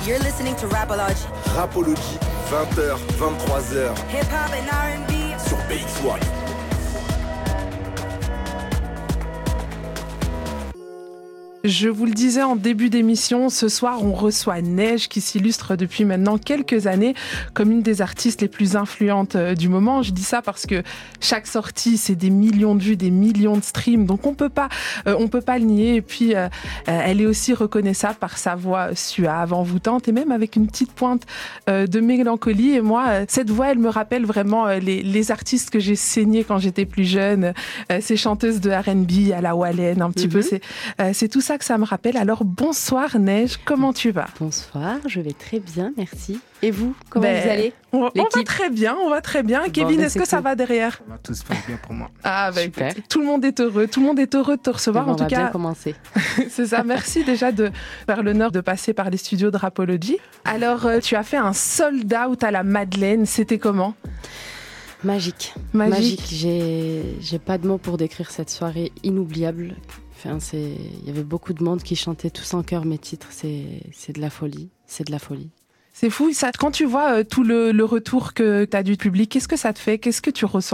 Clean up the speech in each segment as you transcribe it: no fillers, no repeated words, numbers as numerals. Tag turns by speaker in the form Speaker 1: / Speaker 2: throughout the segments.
Speaker 1: You're listening to Rapology.
Speaker 2: Rapology, 20h, 23h.
Speaker 1: Hip-hop and R&B.
Speaker 2: Sur BX1.
Speaker 3: Je vous le disais en début d'émission, ce soir on reçoit Neige qui s'illustre depuis maintenant quelques années comme une des artistes les plus influentes du moment. Je dis ça parce que chaque sortie c'est des millions de vues, des millions de streams, donc on peut pas le nier. Et puis elle est aussi reconnaissable par sa voix suave, envoûtante et même avec une petite pointe de mélancolie. Et moi, cette voix elle me rappelle vraiment les artistes que j'ai saignés quand j'étais plus jeune, ces chanteuses de R&B à la Wallen un petit peu, c'est tout ça que ça me rappelle. Alors bonsoir Neige, comment tu vas ?
Speaker 4: Bonsoir, je vais très bien, merci. Et vous, comment vous allez ?
Speaker 3: On va très bien, Kevin, est-ce que ça va derrière ?
Speaker 5: Tout se passe bien pour moi.
Speaker 3: Ah super. Écoute, tout le monde est heureux de te recevoir.
Speaker 4: En
Speaker 3: tout cas,
Speaker 4: bien commencer.
Speaker 3: C'est ça, merci déjà de faire l'honneur de passer par les studios de Rapology. Alors, tu as fait un sold out à la Madeleine, c'était comment ?
Speaker 4: Magique. J'ai pas de mots pour décrire cette soirée inoubliable. Enfin, il y avait beaucoup de monde qui chantait tous en chœur mes titres. C'est de la folie.
Speaker 3: C'est fou. Ça, quand tu vois tout le retour que tu as du public, qu'est-ce que ça te fait ? Qu'est-ce que tu ressens ?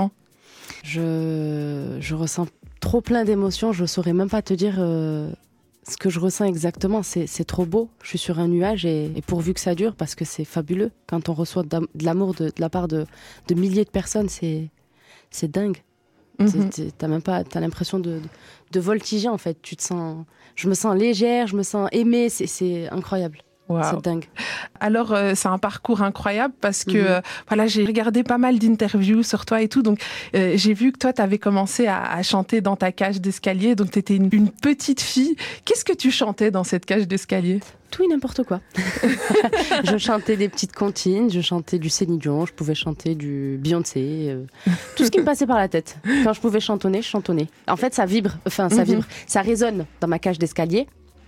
Speaker 4: Je ressens trop plein d'émotions. Je saurais même pas te dire ce que je ressens exactement. C'est trop beau. Je suis sur un nuage et pourvu que ça dure parce que c'est fabuleux. Quand on reçoit de l'amour de la part de milliers de personnes, c'est dingue. T'as l'impression de voltiger en fait. Je me sens légère, je me sens aimée, c'est incroyable. Wow. C'est dingue.
Speaker 3: Alors, c'est un parcours incroyable parce que j'ai regardé pas mal d'interviews sur toi et tout. Donc, j'ai vu que toi, tu avais commencé à chanter dans ta cage d'escalier. Donc, tu étais une petite fille. Qu'est-ce que tu chantais dans cette cage d'escalier ?
Speaker 4: Tout et n'importe quoi. Je chantais des petites comptines, je chantais du Céline Dion, je pouvais chanter du Beyoncé, tout ce qui me passait par la tête. Quand je pouvais chantonner, je chantonnais. En fait, ça vibre, ça résonne dans ma cage d'escalier.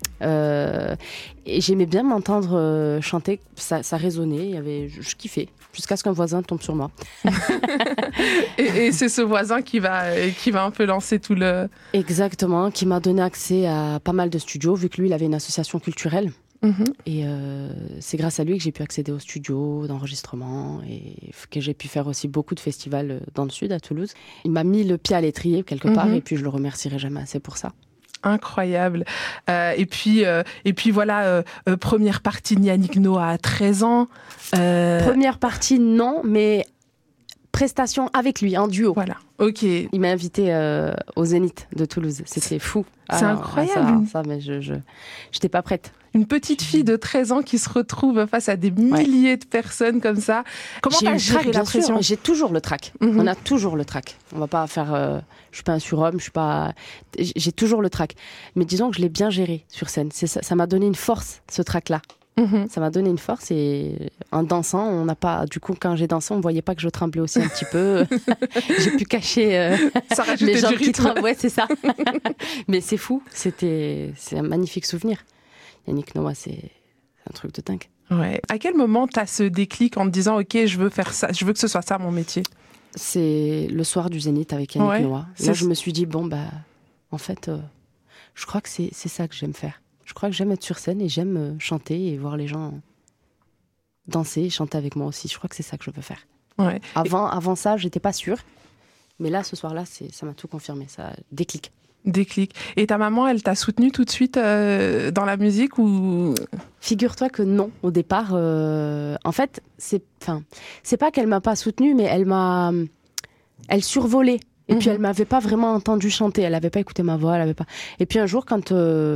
Speaker 4: Et j'aimais bien m'entendre chanter, ça résonnait, je kiffais, jusqu'à ce qu'un voisin tombe sur moi.
Speaker 3: et c'est ce voisin qui va un peu lancer tout le...
Speaker 4: Exactement, qui m'a donné accès à pas mal de studios, vu que lui, il avait une association culturelle. Et c'est grâce à lui que j'ai pu accéder aux studios d'enregistrement et que j'ai pu faire aussi beaucoup de festivals dans le sud, à Toulouse. Il m'a mis le pied à l'étrier quelque part et puis je le remercierai jamais assez pour ça.
Speaker 3: Incroyable. Et puis voilà, première partie de Yannick Noah à 13 ans.
Speaker 4: Première partie, non, mais prestation avec lui, en duo.
Speaker 3: Voilà, ok.
Speaker 4: Il m'a invité au Zénith de Toulouse. C'était fou.
Speaker 3: C'est incroyable.
Speaker 4: Ça, mais j'étais pas prête.
Speaker 3: Une petite fille de 13 ans qui se retrouve face à des milliers de personnes comme ça. Comment t'as géré la pression ?
Speaker 4: J'ai toujours le trac. On a toujours le trac. On va pas faire... je suis pas un surhomme, j'ai toujours le trac. Mais disons que je l'ai bien géré sur scène. Ça m'a donné une force, ce trac-là. Ça m'a donné une force et en dansant, on n'a pas... Du coup, quand j'ai dansé, on voyait pas que je tremblais aussi un petit peu. J'ai pu cacher les jambes qui tremblent. Ouais, c'est ça. Mais c'est fou. C'est un magnifique souvenir. Yannick Noah, c'est un truc de dingue.
Speaker 3: Ouais. À quel moment tu as ce déclic en te disant « Ok, je veux faire ça, je veux que ce soit ça mon métier » ?
Speaker 4: C'est le soir du Zénith avec Yannick Noah. Là, je me suis dit, en fait, je crois que c'est ça que j'aime faire. Je crois que j'aime être sur scène et j'aime chanter et voir les gens danser et chanter avec moi aussi. Je crois que c'est ça que je veux faire. Ouais. Avant ça, j'étais pas sûre. Mais là, ce soir-là, ça m'a tout confirmé. Ça déclic.
Speaker 3: Et ta maman, elle t'a soutenue tout de suite dans la musique ou...
Speaker 4: Figure-toi que non, au départ. En fait, c'est pas qu'elle m'a pas soutenue, mais elle survolait. Et puis elle m'avait pas vraiment entendu chanter. Elle avait pas écouté ma voix. Et puis un jour, quand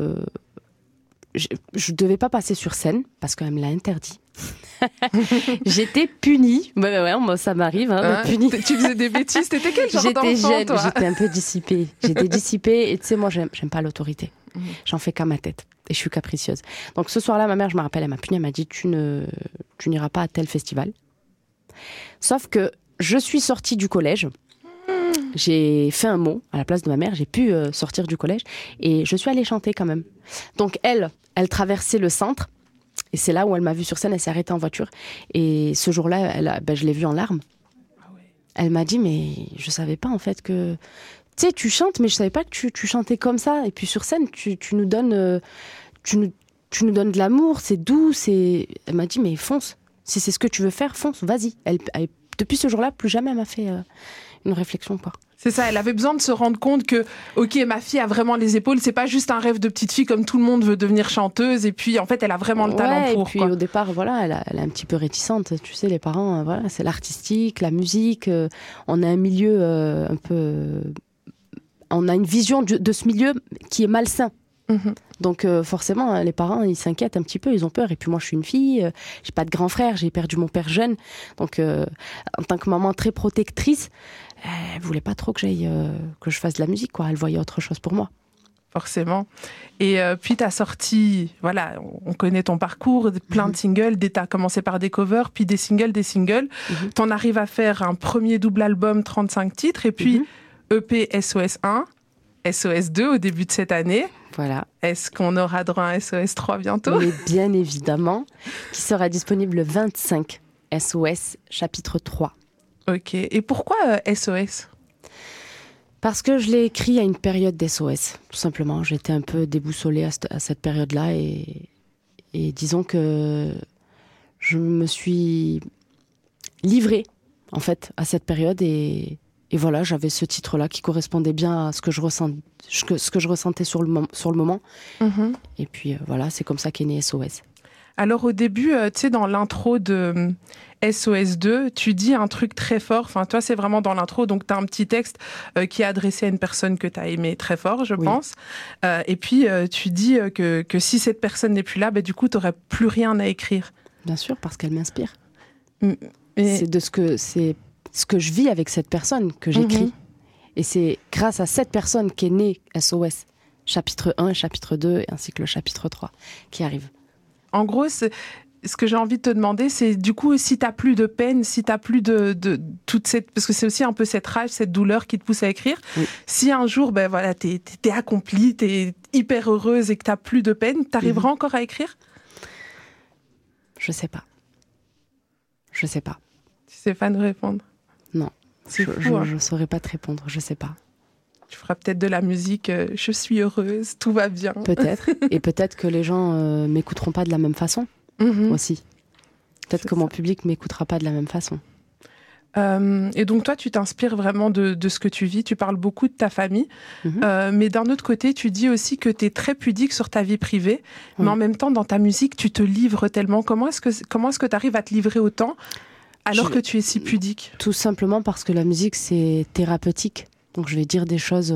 Speaker 4: je devais pas passer sur scène parce qu'elle me l'a interdit. J'étais punie. Ouais, ça m'arrive d'être punie.
Speaker 3: Tu faisais des bêtises. T'étais quel genre d'enfant,
Speaker 4: jeune,
Speaker 3: toi ?
Speaker 4: J'étais un peu dissipée. Et tu sais, moi, j'aime pas l'autorité. J'en fais qu'à ma tête. Et je suis capricieuse. Donc ce soir-là, ma mère, je me rappelle, elle m'a punie. Elle m'a dit, tu n'iras pas à tel festival. Sauf que je suis sortie du collège. J'ai fait un mot à la place de ma mère. J'ai pu sortir du collège. Et je suis allée chanter quand même. Donc elle traversait le centre. Et c'est là où elle m'a vue sur scène, elle s'est arrêtée en voiture. Et ce jour-là, je l'ai vue en larmes. Ah ouais. Elle m'a dit, mais je savais pas en fait que... Tu sais, tu chantes, mais je savais pas que tu chantais comme ça. Et puis sur scène, tu nous donnes... tu nous donnes de l'amour, c'est doux, c'est... Elle m'a dit, mais fonce. Si c'est ce que tu veux faire, fonce, vas-y. Depuis ce jour-là, plus jamais elle m'a fait une réflexion, quoi.
Speaker 3: C'est ça, elle avait besoin de se rendre compte que, ok, ma fille a vraiment les épaules, c'est pas juste un rêve de petite fille comme tout le monde veut devenir chanteuse, et puis en fait, elle a vraiment le talent pour.
Speaker 4: Et puis
Speaker 3: quoi.
Speaker 4: au départ, voilà, elle est un petit peu réticente. Tu sais, les parents, voilà, c'est l'artistique, la musique. On a un milieu un peu. On a une vision de ce milieu qui est malsain.
Speaker 3: Mhm.
Speaker 4: Donc forcément, les parents, ils s'inquiètent un petit peu, ils ont peur. Et puis moi, je suis une fille, j'ai pas de grand frère, j'ai perdu mon père jeune. Donc en tant que maman très protectrice, elle voulait pas trop que je fasse de la musique, quoi. Elle voyait autre chose pour moi.
Speaker 3: Forcément. Et puis tu as sorti, voilà, on connaît ton parcours, plein de singles, tu as commencé par des covers, puis des singles. Tu en arrives à faire un premier double album, 35 titres, et puis EP SOS 1, SOS 2 au début de cette année.
Speaker 4: Voilà.
Speaker 3: Est-ce qu'on aura droit à un SOS 3 bientôt ?
Speaker 4: Mais bien évidemment, qui sera disponible le 25, SOS chapitre 3.
Speaker 3: Ok. Et pourquoi SOS ?
Speaker 4: Parce que je l'ai écrit à une période d'SOS, tout simplement. J'étais un peu déboussolée à cette période-là et disons que je me suis livrée, en fait, à cette période et voilà, j'avais ce titre-là qui correspondait bien à ce que je ressentais sur le moment. Mm-hmm. Et puis voilà, c'est comme ça qu'est né SOS.
Speaker 3: Alors au début, tu sais, dans l'intro de SOS 2, tu dis un truc très fort. Enfin, toi, c'est vraiment dans l'intro. Donc, tu as un petit texte qui est adressé à une personne que tu as aimée très fort, je pense. Et puis, tu dis que si cette personne n'est plus là, du coup, tu n'aurais plus rien à écrire.
Speaker 4: Bien sûr, parce qu'elle m'inspire. C'est ce que je vis avec cette personne que j'écris. Mm-hmm. Et c'est grâce à cette personne qu'est né SOS, chapitre 1, chapitre 2, ainsi que le chapitre 3 qui arrive.
Speaker 3: En gros, ce que j'ai envie de te demander, c'est du coup, si tu n'as plus de peine, si tu n'as plus de toute cette... Parce que c'est aussi un peu cette rage, cette douleur qui te pousse à écrire. Oui. Si un jour, voilà, t'es accomplie, t'es hyper heureuse et que tu n'as plus de peine, t'arriveras encore à écrire ?
Speaker 4: Je sais pas. Je sais pas.
Speaker 3: Tu sais pas nous répondre ?
Speaker 4: Non. Je saurais pas te répondre, je sais pas.
Speaker 3: Tu feras peut-être de la musique, je suis heureuse, tout va bien.
Speaker 4: Peut-être. Et peut-être que les gens m'écouteront pas de la même façon aussi. Peut-être que mon public m'écoutera pas de la même façon.
Speaker 3: Et donc toi, tu t'inspires vraiment de ce que tu vis. Tu parles beaucoup de ta famille. Mais d'un autre côté, tu dis aussi que tu es très pudique sur ta vie privée. Oui. Mais en même temps, dans ta musique, tu te livres tellement. Comment est-ce que tu arrives à te livrer autant alors que tu es si pudique ?
Speaker 4: Tout simplement parce que la musique, c'est thérapeutique. Donc je vais dire des choses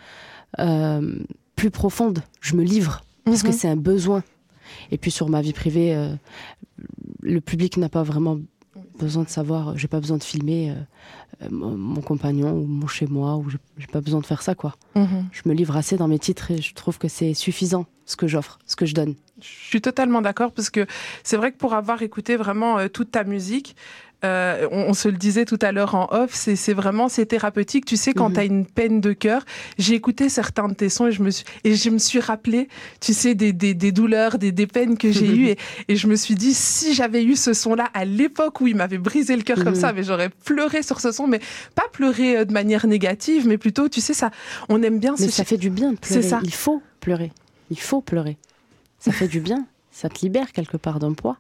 Speaker 4: plus profondes. Je me livre parce que c'est un besoin. Et puis sur ma vie privée, le public n'a pas vraiment besoin de savoir. J'ai pas besoin de filmer mon compagnon ou mon chez-moi. Ou j'ai pas besoin de faire ça, quoi. Je me livre assez dans mes titres et je trouve que c'est suffisant ce que j'offre, ce que je donne.
Speaker 3: Je suis totalement d'accord parce que c'est vrai que pour avoir écouté vraiment toute ta musique, on se le disait tout à l'heure en off, c'est vraiment thérapeutique. Tu sais, quand t'as une peine de cœur, j'ai écouté certains de tes sons et je me suis rappelé, tu sais, des douleurs, des peines que j'ai eues et je me suis dit, si j'avais eu ce son-là à l'époque où il m'avait brisé le cœur comme ça, mais j'aurais pleuré sur ce son, mais pas pleurer de manière négative, mais plutôt, tu sais, ça, on aime bien.
Speaker 4: Mais ça fait du bien de pleurer.
Speaker 3: C'est ça.
Speaker 4: Il faut pleurer. Il faut pleurer. Ça fait du bien. Ça te libère quelque part d'un poids.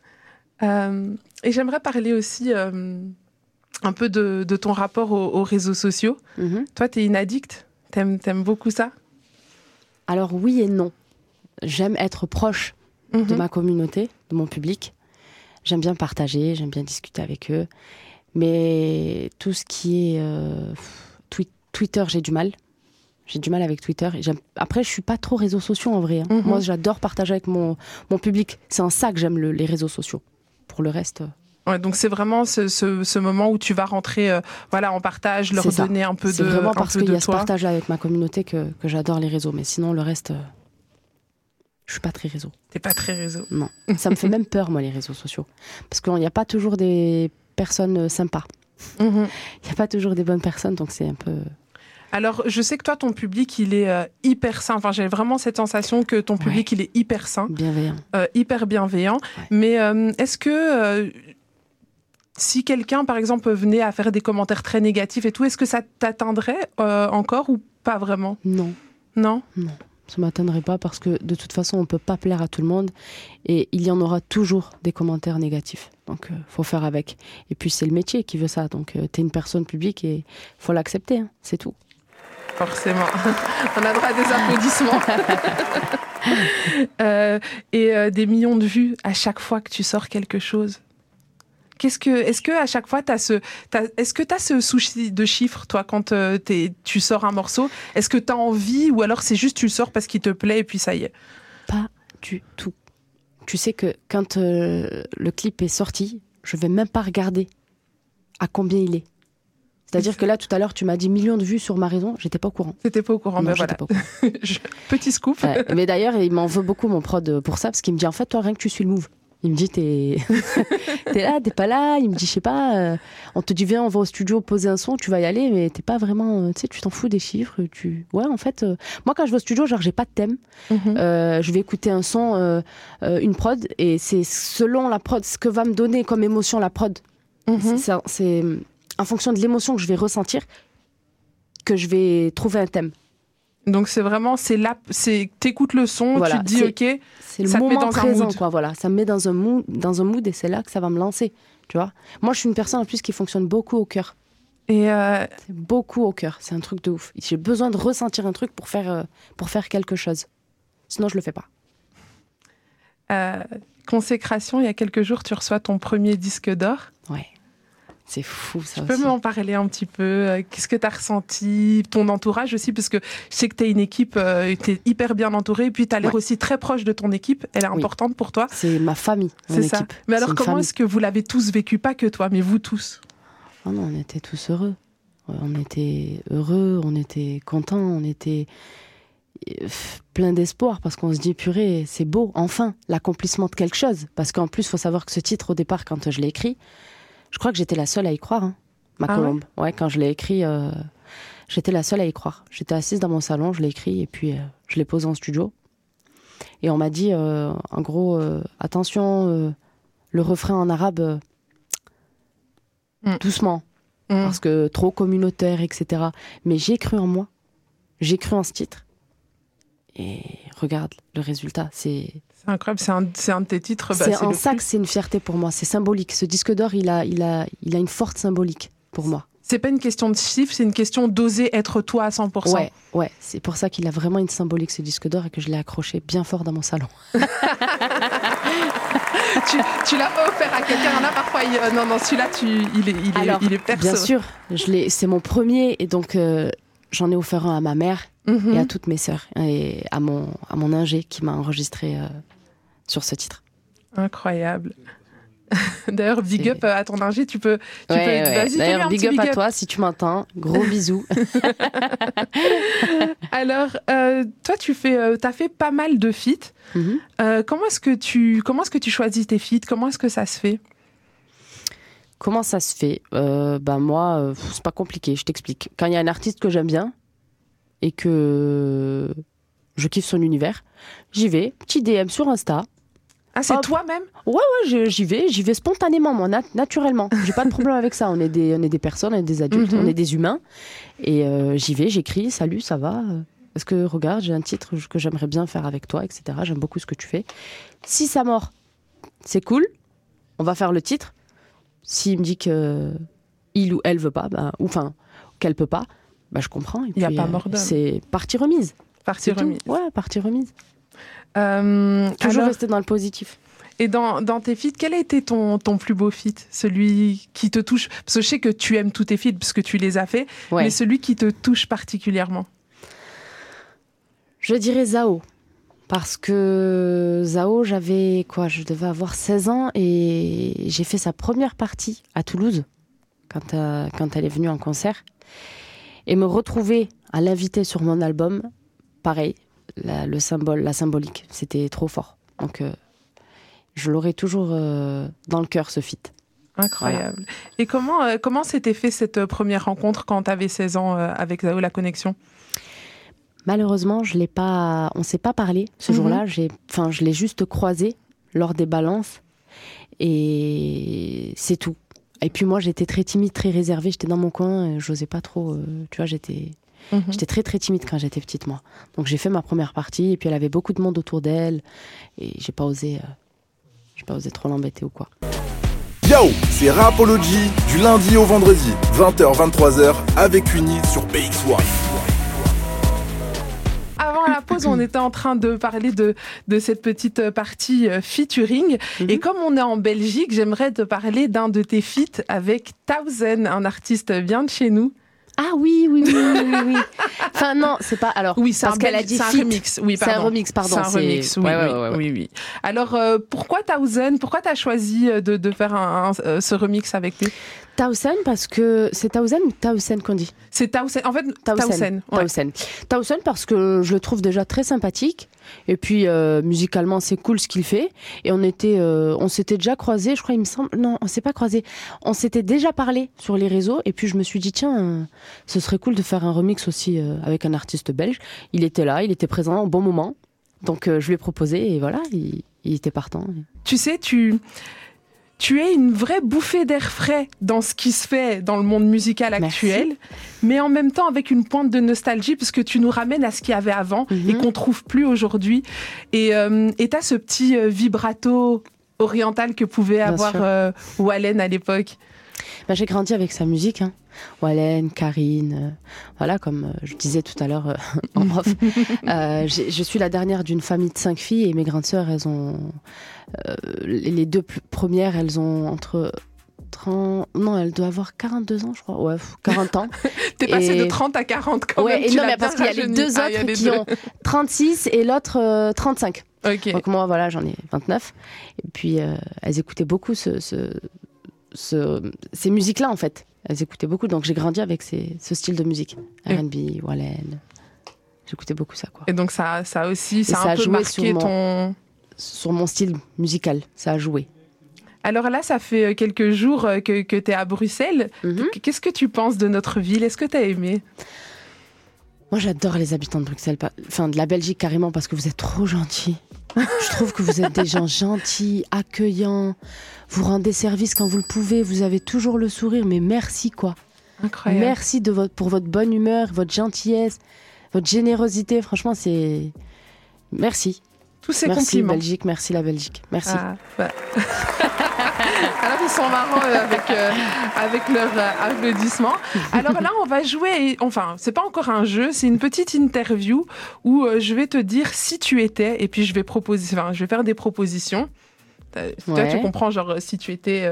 Speaker 3: Et j'aimerais parler aussi un peu de ton rapport aux réseaux sociaux. Toi, t'es une addict ? T'aimes beaucoup ça ?
Speaker 4: Alors oui et non. J'aime être proche de ma communauté, de mon public. J'aime bien partager, j'aime bien discuter avec eux. Mais tout ce qui est Twitter, j'ai du mal. J'ai du mal avec Twitter. Après, je suis pas trop réseaux sociaux en vrai. Moi, j'adore partager avec mon public. C'est en ça que j'aime les réseaux sociaux. Pour le reste...
Speaker 3: Ouais, donc c'est vraiment ce moment où tu vas rentrer en partage, leur donner un peu de toi.
Speaker 4: C'est vraiment parce qu'il y a ce partage-là avec ma communauté que j'adore les réseaux. Mais sinon, le reste, je suis pas très réseau.
Speaker 3: T'es pas très réseau ?
Speaker 4: Non. Ça me fait même peur, moi, les réseaux sociaux. Parce qu'il n'y a pas toujours des personnes sympas. Il n'y a pas toujours des bonnes personnes, donc c'est un peu...
Speaker 3: Alors, je sais que toi, ton public, il est hyper sain. Enfin, j'ai vraiment cette sensation que ton public, il est hyper sain.
Speaker 4: Bienveillant.
Speaker 3: Hyper bienveillant. Ouais. Mais est-ce que si quelqu'un, par exemple, venait à faire des commentaires très négatifs et tout, est-ce que ça t'atteindrait encore ou pas vraiment ?
Speaker 4: Non.
Speaker 3: Non ?
Speaker 4: Non. Ça ne m'atteindrait pas parce que de toute façon, on ne peut pas plaire à tout le monde et il y en aura toujours des commentaires négatifs. Donc, faut faire avec. Et puis, c'est le métier qui veut ça. Donc, tu es une personne publique et il faut l'accepter. Hein. C'est tout.
Speaker 3: Forcément. On a droit à des applaudissements. Et des millions de vues à chaque fois que tu sors quelque chose. Est-ce que à chaque fois, est-ce que tu as ce souci de chiffres, toi, quand tu sors un morceau? Est-ce que tu as envie ou alors c'est juste tu le sors parce qu'il te plaît et puis ça y est?
Speaker 4: Pas du tout. Tu sais que quand le clip est sorti, je vais même pas regarder à combien il est. C'est-à-dire que là, tout à l'heure, tu m'as dit millions de vues sur Ma Raison, j'étais pas au courant.
Speaker 3: T'étais pas au courant,
Speaker 4: non,
Speaker 3: ben voilà.
Speaker 4: Pas au courant.
Speaker 3: Petit scoop.
Speaker 4: Ouais. Mais d'ailleurs, il m'en veut beaucoup, mon prod, pour ça, parce qu'il me dit, en fait, toi, rien que tu suis le move. Il me dit, t'es là, t'es pas là. Il me dit, je sais pas, on te dit, viens, on va au studio poser un son, tu vas y aller, mais t'es pas vraiment, tu sais, tu t'en fous des chiffres. Ouais, en fait, moi, quand je vais au studio, genre, j'ai pas de thème. Je vais écouter un son, une prod, et c'est selon la prod, ce que va me donner comme émotion la prod. C'est en fonction de l'émotion que je vais ressentir que je vais trouver un thème.
Speaker 3: Donc c'est vraiment, t'écoutes le son, voilà, tu te dis ok,
Speaker 4: c'est le moment présent, quoi. Voilà, ça me met dans un mood et c'est là que ça va me lancer, tu vois. Moi, je suis une personne en plus qui fonctionne beaucoup au cœur.
Speaker 3: Et
Speaker 4: c'est beaucoup au cœur, c'est un truc de ouf. J'ai besoin de ressentir un truc pour faire quelque chose. Sinon, je le fais pas.
Speaker 3: Consécration, il y a quelques jours, tu reçois ton premier disque d'or.
Speaker 4: Ouais. C'est fou, ça.
Speaker 3: Tu peux m'en parler un petit peu? Qu'est-ce que tu as ressenti? Ton entourage aussi, parce que je sais que tu as une équipe, tu es hyper bien entourée, et puis tu as l'air aussi très proche de ton équipe. Elle est importante pour toi.
Speaker 4: C'est ma famille, mon
Speaker 3: équipe. Ça. Mais alors, comment est-ce que vous l'avez tous vécu? Pas que toi, mais vous tous.
Speaker 4: Oh non, on était tous heureux. On était heureux, on était contents, on était plein d'espoir, parce qu'on se dit, purée, c'est beau, enfin, l'accomplissement de quelque chose. Parce qu'en plus, il faut savoir que ce titre, au départ, quand je l'ai écrit, je crois que j'étais la seule à y croire, hein. Ma colombe. Ouais, quand je l'ai écrit, j'étais la seule à y croire. J'étais assise dans mon salon, je l'ai écrit et puis je l'ai posé en studio. Et on m'a dit, en gros, attention, le refrain en arabe, doucement, parce que trop communautaire, etc. Mais j'ai cru en moi, j'ai cru en ce titre. Et regarde le résultat, c'est
Speaker 3: incroyable, c'est un de tes titres.
Speaker 4: C'est en ça que c'est une fierté pour moi, c'est symbolique. Ce disque d'or, il a une forte symbolique pour moi.
Speaker 3: C'est pas une question de chiffres, c'est une question d'oser être toi à 100%.
Speaker 4: Ouais, c'est pour ça qu'il a vraiment une symbolique, ce disque d'or, et que je l'ai accroché bien fort dans mon salon.
Speaker 3: Tu l'as pas offert à quelqu'un là parfois non, celui-là, il est perso.
Speaker 4: Bien sûr, c'est mon premier, et donc j'en ai offert un à ma mère et à toutes mes sœurs, et à mon ingé qui m'a enregistré sur ce titre.
Speaker 3: Incroyable. D'ailleurs, big up à ton ingé, tu peux vas-y,
Speaker 4: d'ailleurs, big up à toi si tu m'entends. Gros bisous.
Speaker 3: Alors, toi, t'as fait pas mal de feats. Comment est-ce que tu choisis tes feats? Comment est-ce que ça se fait?
Speaker 4: Comment ça se fait? Moi, c'est pas compliqué, je t'explique. Quand il y a un artiste que j'aime bien et que je kiffe son univers, j'y vais, petit DM sur Insta.
Speaker 3: Ah, c'est toi-même?
Speaker 4: Ouais, j'y vais spontanément, moi, naturellement. J'ai pas de problème avec ça. On est des personnes, on est des adultes, on est des humains. Et j'y vais, j'écris, salut, ça va? Est-ce que, regarde, j'ai un titre que j'aimerais bien faire avec toi, etc. J'aime beaucoup ce que tu fais. Si ça mord, c'est cool, on va faire le titre. S'il me dit que il ou elle veut pas, qu'elle peut pas, je comprends.
Speaker 3: Il n'y a pas mort d'homme.
Speaker 4: C'est partie remise.
Speaker 3: Partie remise.
Speaker 4: Ouais, partie remise. Toujours rester dans le positif.
Speaker 3: Et dans tes feats, quel a été ton plus beau feat? Celui qui te touche? Parce que je sais que tu aimes tous tes feats parce que tu les as faits, mais celui qui te touche particulièrement?
Speaker 4: Je dirais Zao. Parce que Zao, je devais avoir 16 ans et j'ai fait sa première partie à Toulouse quand elle est venue en concert. Et me retrouver à l'inviter sur mon album, pareil, la symbolique, c'était trop fort. Donc je l'aurai toujours dans le cœur, ce feat.
Speaker 3: Incroyable. Voilà. Et comment s'était fait cette première rencontre quand tu avais 16 ans avec Zao, la connexion?
Speaker 4: Malheureusement, on ne s'est pas parlé ce jour-là. Je l'ai juste croisé lors des balances et c'est tout. Et puis moi, j'étais très timide, très réservée. J'étais dans mon coin, j'osais pas trop. Tu vois, j'étais J'étais très très timide quand j'étais petite, moi. Donc j'ai fait ma première partie, et puis elle avait beaucoup de monde autour d'elle, et j'ai pas osé trop l'embêter ou quoi.
Speaker 2: Yo, c'est Rapology, du lundi au vendredi, 20h-23h, avec Uni sur BX1.
Speaker 3: Avant la pause, on était en train de parler de cette petite partie featuring. Et comme on est en Belgique, j'aimerais te parler d'un de tes feats avec Thousand, un artiste bien de chez nous.
Speaker 4: Ah oui. Enfin non, c'est pas... Alors,
Speaker 3: oui, c'est
Speaker 4: parce qu'elle a dit
Speaker 3: c'est un
Speaker 4: feat.
Speaker 3: remix. Oui,
Speaker 4: C'est un remix, pardon.
Speaker 3: C'est un remix, oui. Alors, pourquoi Thousand? Pourquoi tu as choisi de faire ce remix avec lui?
Speaker 4: Thousand, parce que c'est Thousand ou Thousand qu'on dit?
Speaker 3: C'est Thousand. En fait,
Speaker 4: Thousand parce que je le trouve déjà très sympathique. Et puis, musicalement, c'est cool ce qu'il fait. Et on s'était déjà croisés, je crois, il me semble. Non, on s'est pas croisés. On s'était déjà parlé sur les réseaux. Et puis, je me suis dit, tiens, ce serait cool de faire un remix aussi avec un artiste belge. Il était là, il était présent au bon moment. Donc, je lui ai proposé et voilà, il était partant.
Speaker 3: Tu sais, tu es une vraie bouffée d'air frais dans ce qui se fait dans le monde musical actuel.
Speaker 4: Merci.
Speaker 3: Mais en même temps avec une pointe de nostalgie, parce que tu nous ramènes à ce qu'il y avait avant et qu'on trouve plus aujourd'hui. Et t'as ce petit vibrato oriental que pouvait avoir Wallen à l'époque.
Speaker 4: Ben, j'ai grandi avec sa musique, hein. Wallen, Karine, voilà, comme je disais tout à l'heure en off. Je suis la dernière d'une famille de 5 filles et mes grandes sœurs, elles ont... les deux premières, elles ont entre... Non, elle doit avoir 42 ans, je crois. Ouais, 40 ans.
Speaker 3: T'es passée de 30 à 40 quand même.
Speaker 4: Et non, mais parce qu'il y a les deux autres qui ont 36 et l'autre 35.
Speaker 3: Okay.
Speaker 4: Donc moi, voilà, j'en ai 29. Et puis, elles écoutaient beaucoup ces musiques-là, en fait. Elles écoutaient beaucoup, donc j'ai grandi avec ce style de musique. R&B, Wallen. J'écoutais beaucoup ça, quoi.
Speaker 3: Et donc ça aussi, ça a un peu marqué
Speaker 4: sur mon style musical, ça a joué.
Speaker 3: Alors là, ça fait quelques jours que tu es à Bruxelles. Qu'est-ce que tu penses de notre ville? Est-ce que tu as aimé?
Speaker 4: Moi, j'adore les habitants de Bruxelles, enfin de la Belgique carrément, parce que vous êtes trop gentils. Je trouve que vous êtes des gens gentils, accueillants. Vous rendez service quand vous le pouvez. Vous avez toujours le sourire, mais merci, quoi.
Speaker 3: Incroyable.
Speaker 4: Merci pour votre bonne humeur, votre gentillesse, votre générosité. Franchement, c'est... Merci.
Speaker 3: Tous ces
Speaker 4: merci
Speaker 3: compliments.
Speaker 4: Belgique, merci la Belgique. Merci.
Speaker 3: Ah, bah. Alors ils sont marrants avec leurs applaudissements. Alors là, on va jouer, enfin, c'est pas encore un jeu, c'est une petite interview où je vais te dire si tu étais, et puis je vais faire des propositions. Toi, tu comprends, genre, si tu étais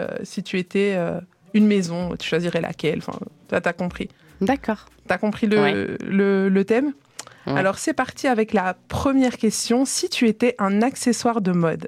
Speaker 3: une maison, tu choisirais laquelle. Enfin, toi, t'as compris.
Speaker 4: D'accord.
Speaker 3: T'as compris le thème? Ouais. Alors, c'est parti avec la première question. Si tu étais un accessoire de mode?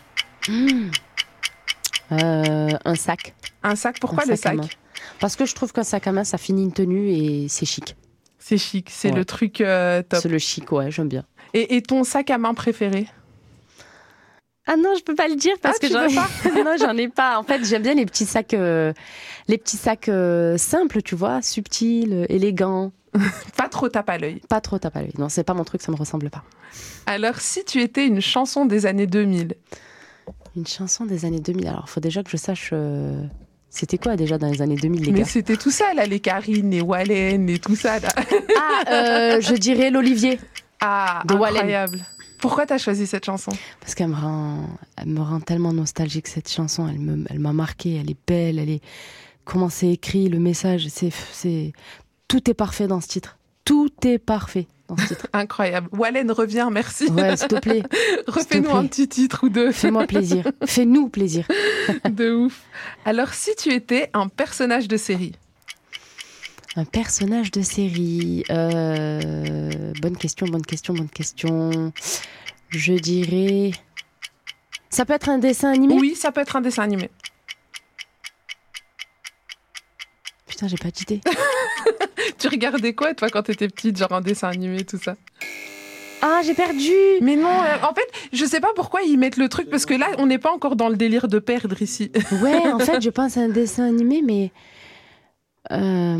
Speaker 4: Un sac.
Speaker 3: Un sac, pourquoi le sac?
Speaker 4: Parce que je trouve qu'un sac à main, ça finit une tenue et c'est chic.
Speaker 3: C'est chic, c'est le truc top.
Speaker 4: C'est le chic, ouais, j'aime bien.
Speaker 3: Et ton sac à main préféré?
Speaker 4: Ah non, je peux pas le dire parce que j'en ai pas. En fait, j'aime bien les petits sacs simples, tu vois, subtils, élégants.
Speaker 3: Pas trop tape à l'œil.
Speaker 4: Pas trop tape à l'œil. Non, c'est pas mon truc, ça me ressemble pas.
Speaker 3: Alors, si tu étais une chanson des années 2000?
Speaker 4: Une chanson des années 2000. Alors, il faut déjà que je sache... C'était quoi déjà dans les années 2000, les gars?
Speaker 3: Mais c'était tout ça, là, les Karine, les Wallen, et tout ça, là.
Speaker 4: Je dirais l'Olivier.
Speaker 3: Ah,
Speaker 4: de
Speaker 3: incroyable.
Speaker 4: Wallen.
Speaker 3: Pourquoi t'as choisi cette chanson?
Speaker 4: Parce qu'elle me rend tellement nostalgique, cette chanson. Elle m'a marquée, elle est belle, comment c'est écrit, le message, tout est parfait dans ce titre. Tout est parfait dans ce titre.
Speaker 3: Incroyable. Wallen, reviens, merci.
Speaker 4: Ouais, s'il te plaît.
Speaker 3: Refais-nous un petit titre ou deux.
Speaker 4: Fais-moi plaisir. Fais-nous plaisir.
Speaker 3: De ouf. Alors, si tu étais un personnage de série?
Speaker 4: Un personnage de série. Bonne question. Je dirais... Ça peut être un dessin animé?
Speaker 3: Oui, ça peut être un dessin animé.
Speaker 4: Putain, j'ai pas d'idée.
Speaker 3: Tu regardais quoi, toi, quand t'étais petite, genre un dessin animé, tout ça?
Speaker 4: Ah, j'ai perdu.
Speaker 3: Mais non, en fait, je sais pas pourquoi ils mettent le truc, parce que là, on n'est pas encore dans le délire de perdre ici.
Speaker 4: Ouais, en fait, je pense à un dessin animé, mais...
Speaker 3: Ça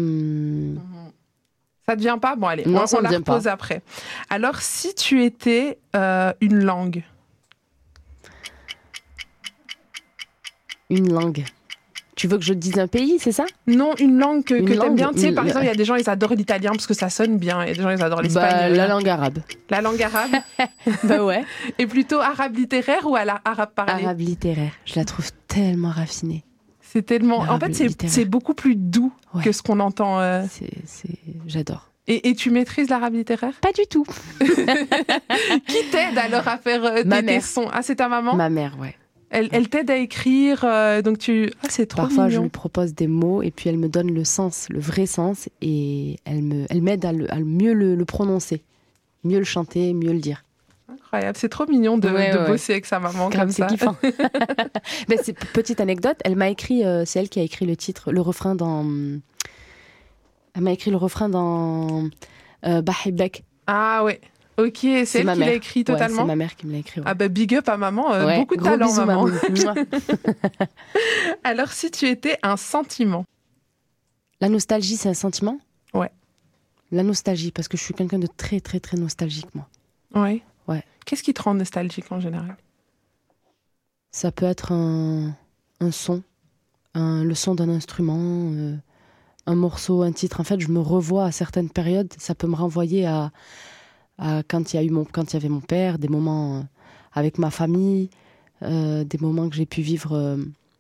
Speaker 3: te vient pas? Bon, allez, on la repose après. Alors, si tu étais une langue?
Speaker 4: Une langue. Tu veux que je te dise un pays, c'est ça?
Speaker 3: Non, une langue que
Speaker 4: Une
Speaker 3: t'aimes bien.
Speaker 4: langue,
Speaker 3: Tu sais, par exemple, il y a des gens, ils adorent l'italien parce que ça sonne bien. Il y a des gens, ils adorent l'espagnol.
Speaker 4: La langue arabe.
Speaker 3: La langue arabe.
Speaker 4: Bah ouais.
Speaker 3: Et plutôt arabe littéraire ou arabe parlé?
Speaker 4: Arabe littéraire. Je la trouve tellement raffinée.
Speaker 3: C'est tellement... En
Speaker 4: L'arabe
Speaker 3: fait,
Speaker 4: littéraire.
Speaker 3: c'est beaucoup plus doux que ce qu'on entend.
Speaker 4: J'adore.
Speaker 3: Et tu maîtrises l'arabe littéraire?
Speaker 4: Pas du tout.
Speaker 3: Qui t'aide alors à faire
Speaker 4: Ma
Speaker 3: tes
Speaker 4: mère.
Speaker 3: sons? Ah, c'est ta maman?
Speaker 4: Ma mère, ouais.
Speaker 3: Elle t'aide à écrire, donc tu... Ah, c'est trop
Speaker 4: Parfois, je
Speaker 3: mignon.
Speaker 4: lui propose des mots et puis elle me donne le sens, le vrai sens, et elle m'aide à mieux le prononcer, mieux le chanter, mieux le dire.
Speaker 3: Incroyable, c'est trop mignon de
Speaker 4: Ouais.
Speaker 3: bosser avec sa maman
Speaker 4: Grave,
Speaker 3: comme
Speaker 4: c'est
Speaker 3: ça.
Speaker 4: kiffant. Ben, petite anecdote, elle m'a écrit, c'est elle qui a écrit le titre, le refrain dans... Elle m'a écrit le refrain dans Bahibek.
Speaker 3: Ah ouais, ok, c'est elle
Speaker 4: ma
Speaker 3: qui l'a
Speaker 4: mère.
Speaker 3: écrit
Speaker 4: Ouais,
Speaker 3: totalement.
Speaker 4: c'est ma mère qui me l'a écrit. Ouais.
Speaker 3: Ah bah big up à maman,
Speaker 4: Ouais,
Speaker 3: beaucoup de
Speaker 4: gros
Speaker 3: talent
Speaker 4: bisous,
Speaker 3: maman.
Speaker 4: Mouah.
Speaker 3: Alors si tu étais un sentiment?
Speaker 4: La nostalgie, c'est un sentiment?
Speaker 3: Ouais.
Speaker 4: La nostalgie, parce que je suis quelqu'un de très, très, très nostalgique, moi.
Speaker 3: Ouais.
Speaker 4: Ouais.
Speaker 3: Qu'est-ce qui te rend nostalgique en général?
Speaker 4: Ça peut être un son, le son d'un instrument, un morceau, un titre. En fait, je me revois à certaines périodes. Ça peut me renvoyer à quand il y avait mon père, des moments avec ma famille, des moments que j'ai pu vivre,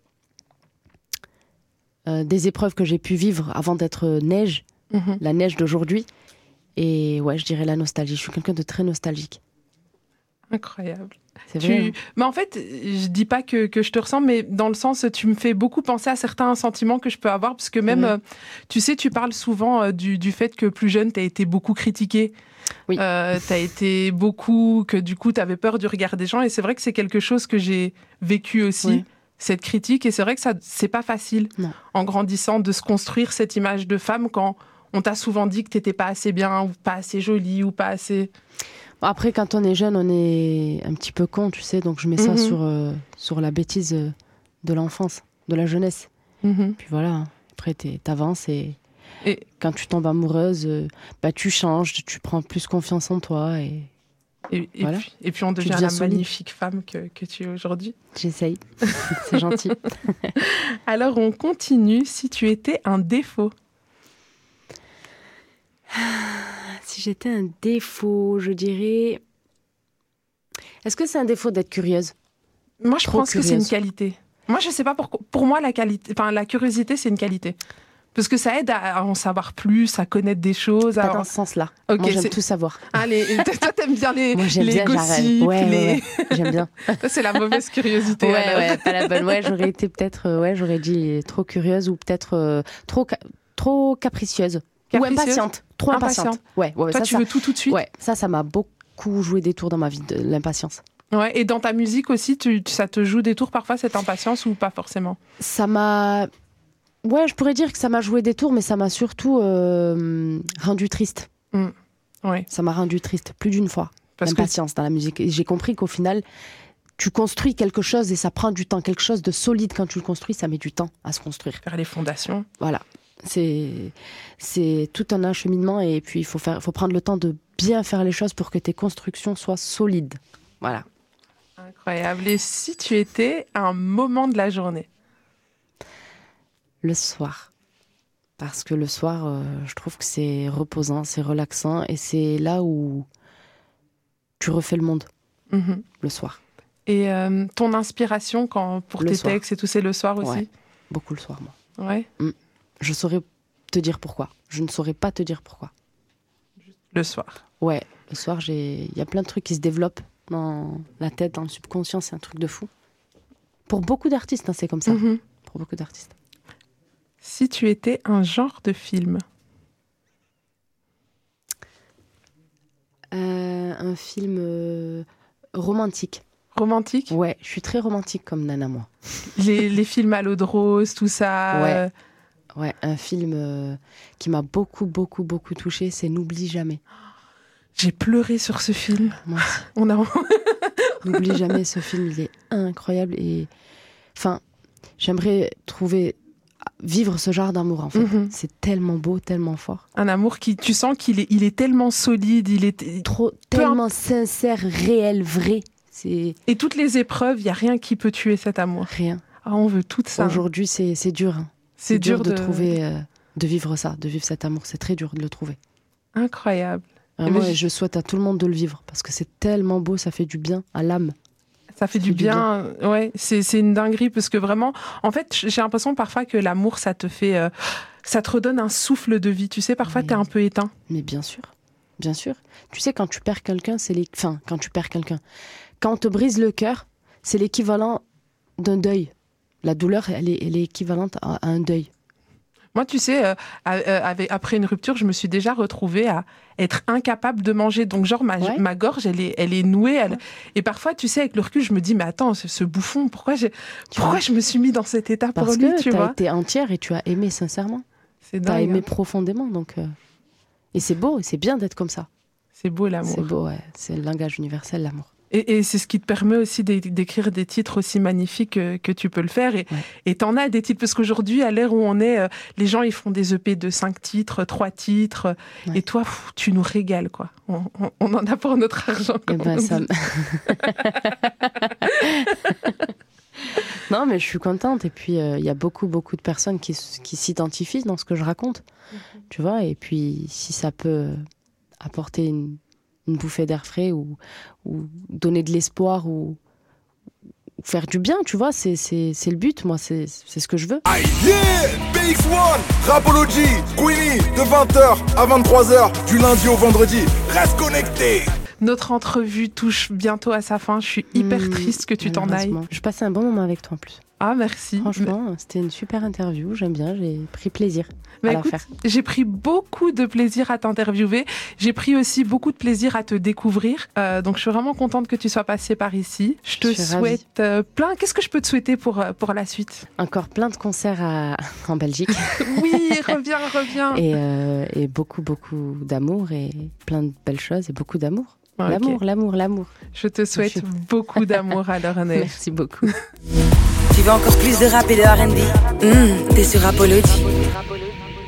Speaker 4: des épreuves que j'ai pu vivre avant d'être neige, la neige d'aujourd'hui. Et ouais, je dirais la nostalgie. Je suis quelqu'un de très nostalgique.
Speaker 3: Incroyable.
Speaker 4: C'est vrai.
Speaker 3: Mais en fait, je dis pas que je te ressemble, mais dans le sens, tu me fais beaucoup penser à certains sentiments que je peux avoir, parce que même, tu sais, tu parles souvent du fait que plus jeune, tu as été beaucoup critiquée.
Speaker 4: Oui.
Speaker 3: Tu as été beaucoup, que du coup, tu avais peur du regard des gens, et c'est vrai que c'est quelque chose que j'ai vécu aussi,
Speaker 4: Oui.
Speaker 3: cette critique, et c'est vrai que c'est pas facile,
Speaker 4: Non.
Speaker 3: en grandissant, de se construire cette image de femme quand on t'a souvent dit que t'étais pas assez bien, ou pas assez jolie, ou pas assez...
Speaker 4: Après, quand on est jeune, on est un petit peu con, tu sais, donc je mets ça sur la bêtise de l'enfance, de la jeunesse. Puis voilà, après t'avances et quand tu tombes amoureuse, tu changes, tu prends plus confiance en toi
Speaker 3: Et
Speaker 4: voilà.
Speaker 3: puis on devient
Speaker 4: deviens
Speaker 3: la
Speaker 4: solide.
Speaker 3: magnifique femme que tu es aujourd'hui.
Speaker 4: J'essaye, c'est gentil.
Speaker 3: Alors on continue, si tu étais un défaut.
Speaker 4: Si j'étais un défaut, je dirais... Est-ce que c'est un défaut d'être curieuse?
Speaker 3: Moi je
Speaker 4: Trop
Speaker 3: pense que c'est une
Speaker 4: curieuse.
Speaker 3: qualité. Moi je sais pas pourquoi. Pour moi la curiosité c'est une qualité. Parce que ça aide à en savoir plus, à connaître des choses.
Speaker 4: Pas dans ce sens-là.
Speaker 3: Ok,
Speaker 4: Moi, j'aime
Speaker 3: c'est-
Speaker 4: tout savoir.
Speaker 3: Ah, toi t'aimes bien les
Speaker 4: Moi, j'aime bien,
Speaker 3: gossips,
Speaker 4: j'arrête.
Speaker 3: les...
Speaker 4: Ouais. J'aime bien.
Speaker 3: Ça, c'est la mauvaise curiosité. alors.
Speaker 4: Ouais, pas la bonne. Ouais, j'aurais été peut-être, j'aurais dit trop curieuse ou peut-être trop capricieuse. Ou
Speaker 3: Capricieuse?
Speaker 4: impatiente. Trop impatiente.
Speaker 3: Impatiente.
Speaker 4: Ouais,
Speaker 3: Toi
Speaker 4: ça,
Speaker 3: tu veux tout de suite.
Speaker 4: Ouais, ça m'a beaucoup joué des tours dans ma vie, de l'impatience.
Speaker 3: Ouais, et dans ta musique aussi, ça te joue des tours parfois, cette impatience, ou pas forcément?
Speaker 4: Ça m'a... Ouais, je pourrais dire que ça m'a joué des tours, mais ça m'a surtout rendu triste.
Speaker 3: Ouais,
Speaker 4: Ça m'a rendu triste plus d'une fois.
Speaker 3: parce que
Speaker 4: L'impatience dans la musique. Et j'ai compris qu'au final, tu construis quelque chose et ça prend du temps. Quelque chose de solide, quand tu le construis, ça met du temps à se construire.
Speaker 3: faire les fondations.
Speaker 4: Voilà. C'est tout un acheminement et puis il faut prendre le temps de bien faire les choses pour que tes constructions soient solides. Voilà.
Speaker 3: Incroyable. Et si tu étais un moment de la journée?
Speaker 4: Le soir. Parce que le soir, je trouve que c'est reposant, c'est relaxant et c'est là où tu refais le monde, le soir.
Speaker 3: Et ton inspiration pour
Speaker 4: Le
Speaker 3: tes
Speaker 4: soir.
Speaker 3: textes et tout, c'est le soir aussi?
Speaker 4: Ouais. Beaucoup le soir, moi.
Speaker 3: Ouais.
Speaker 4: Je saurais te dire pourquoi. Je ne saurais pas te dire pourquoi.
Speaker 3: Le soir.
Speaker 4: Ouais, le soir, il y a plein de trucs qui se développent dans la tête, dans le subconscient, c'est un truc de fou. Pour beaucoup d'artistes, hein, c'est comme ça. Pour beaucoup d'artistes.
Speaker 3: Si tu étais un genre de film?
Speaker 4: Un film romantique.
Speaker 3: Romantique?
Speaker 4: Ouais, je suis très romantique comme nana, moi.
Speaker 3: Les films à l'eau de rose, tout ça.
Speaker 4: Ouais. Ouais, un film qui m'a beaucoup touchée, c'est N'oublie jamais.
Speaker 3: J'ai pleuré sur ce film.
Speaker 4: Moi aussi.
Speaker 3: On a...
Speaker 4: N'oublie jamais, ce film, il est incroyable. Et enfin, j'aimerais vivre ce genre d'amour, en fait. C'est tellement beau, tellement fort.
Speaker 3: Un amour tu sens qu'il est tellement solide,
Speaker 4: Tellement sincère, réel, vrai. C'est
Speaker 3: Et toutes les épreuves, il n'y a rien qui peut tuer cet amour.
Speaker 4: rien.
Speaker 3: Ah, on veut tout ça.
Speaker 4: Aujourd'hui, c'est dur. Hein.
Speaker 3: C'est dur
Speaker 4: de trouver, de vivre ça, de vivre cet amour. C'est très dur de le trouver.
Speaker 3: Incroyable.
Speaker 4: Vraiment, et je souhaite à tout le monde de le vivre parce que c'est tellement beau, ça fait du bien à l'âme.
Speaker 3: Ça fait du bien. Ouais, c'est une dinguerie parce que vraiment, en fait, j'ai l'impression parfois que l'amour, ça te fait, ça te redonne un souffle de vie. Tu sais, parfois, t'es un peu éteint.
Speaker 4: Mais bien sûr, bien sûr. Tu sais, quand tu perds quelqu'un, quand on te brise le cœur, c'est l'équivalent d'un deuil. La douleur, elle est équivalente à un deuil.
Speaker 3: Moi, tu sais, après une rupture, je me suis déjà retrouvée à être incapable de manger. Donc, genre, ma gorge, elle est nouée. Et parfois, tu sais, avec le recul, je me dis, mais attends, ce bouffon, pourquoi je me suis mis dans cet état pour lui, tu vois ?
Speaker 4: Parce que tu as été entière et tu as aimé sincèrement.
Speaker 3: C'est dingue.
Speaker 4: Tu as aimé profondément. Donc, et c'est beau, et c'est bien d'être comme ça.
Speaker 3: C'est beau, l'amour.
Speaker 4: C'est beau, ouais. C'est le langage universel, l'amour.
Speaker 3: Et c'est ce qui te permet aussi d'écrire des titres aussi magnifiques que tu peux le faire. Et t'en as des titres, parce qu'aujourd'hui, à l'ère où on est, les gens, ils font des EP de 5 titres, 3 titres. Ouais. Et toi, tu nous régales, quoi. On en a pour notre argent.
Speaker 4: Non, mais je suis contente. Et puis, il y a beaucoup, beaucoup de personnes qui s'identifient dans ce que je raconte. Tu vois, et puis, si ça peut apporter une bouffée d'air frais ou donner de l'espoir ou faire du bien, tu vois, c'est le but, moi, c'est ce que je veux.
Speaker 2: Aïe, yeah, PX1, Rapology, Queenie, de 20h à 23h, du lundi au vendredi. Reste connecté.
Speaker 3: Notre entrevue touche bientôt à sa fin. Je suis hyper triste que tu t'en ailles.
Speaker 4: Je passais un bon moment avec toi en plus.
Speaker 3: Ah, merci.
Speaker 4: Franchement, c'était une super interview. J'aime bien, j'ai pris plaisir à la faire.
Speaker 3: J'ai pris beaucoup de plaisir à t'interviewer. J'ai pris aussi beaucoup de plaisir à te découvrir. Donc, je suis vraiment contente que tu sois passée par ici. Je te souhaite plein... Qu'est-ce que je peux te souhaiter pour la suite ? Encore plein de concerts en Belgique. Oui, reviens. Et beaucoup, beaucoup d'amour et plein de belles choses et beaucoup d'amour. Okay. L'amour. Je te souhaite beaucoup d'amour alors, Neige. Merci beaucoup.
Speaker 1: Tu veux encore plus de rap et de R&B ? T'es sur Rapology.